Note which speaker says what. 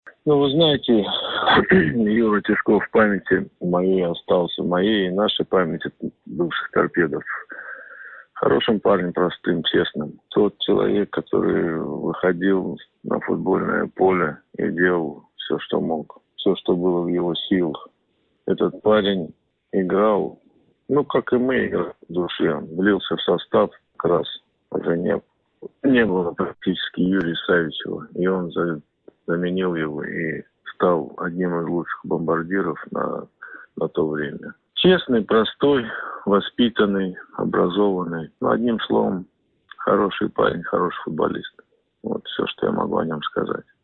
Speaker 1: Ну, вы знаете, Юра Тишков в памяти моей остался, моей и нашей памяти бывших торпедов. Хорошим парнем, простым, честным. Тот человек, который выходил на футбольное поле и делал все, что мог, все, что было в его силах. Этот парень играл, ну, как и мы играли в душе. Влился в состав, как раз уже не было практически Юрия Савичева. И он заменил его и стал одним из лучших бомбардиров на то время. Честный, простой, воспитанный, образованный. Ну, одним словом, хороший парень, хороший футболист. Вот все, что я могу о нем сказать.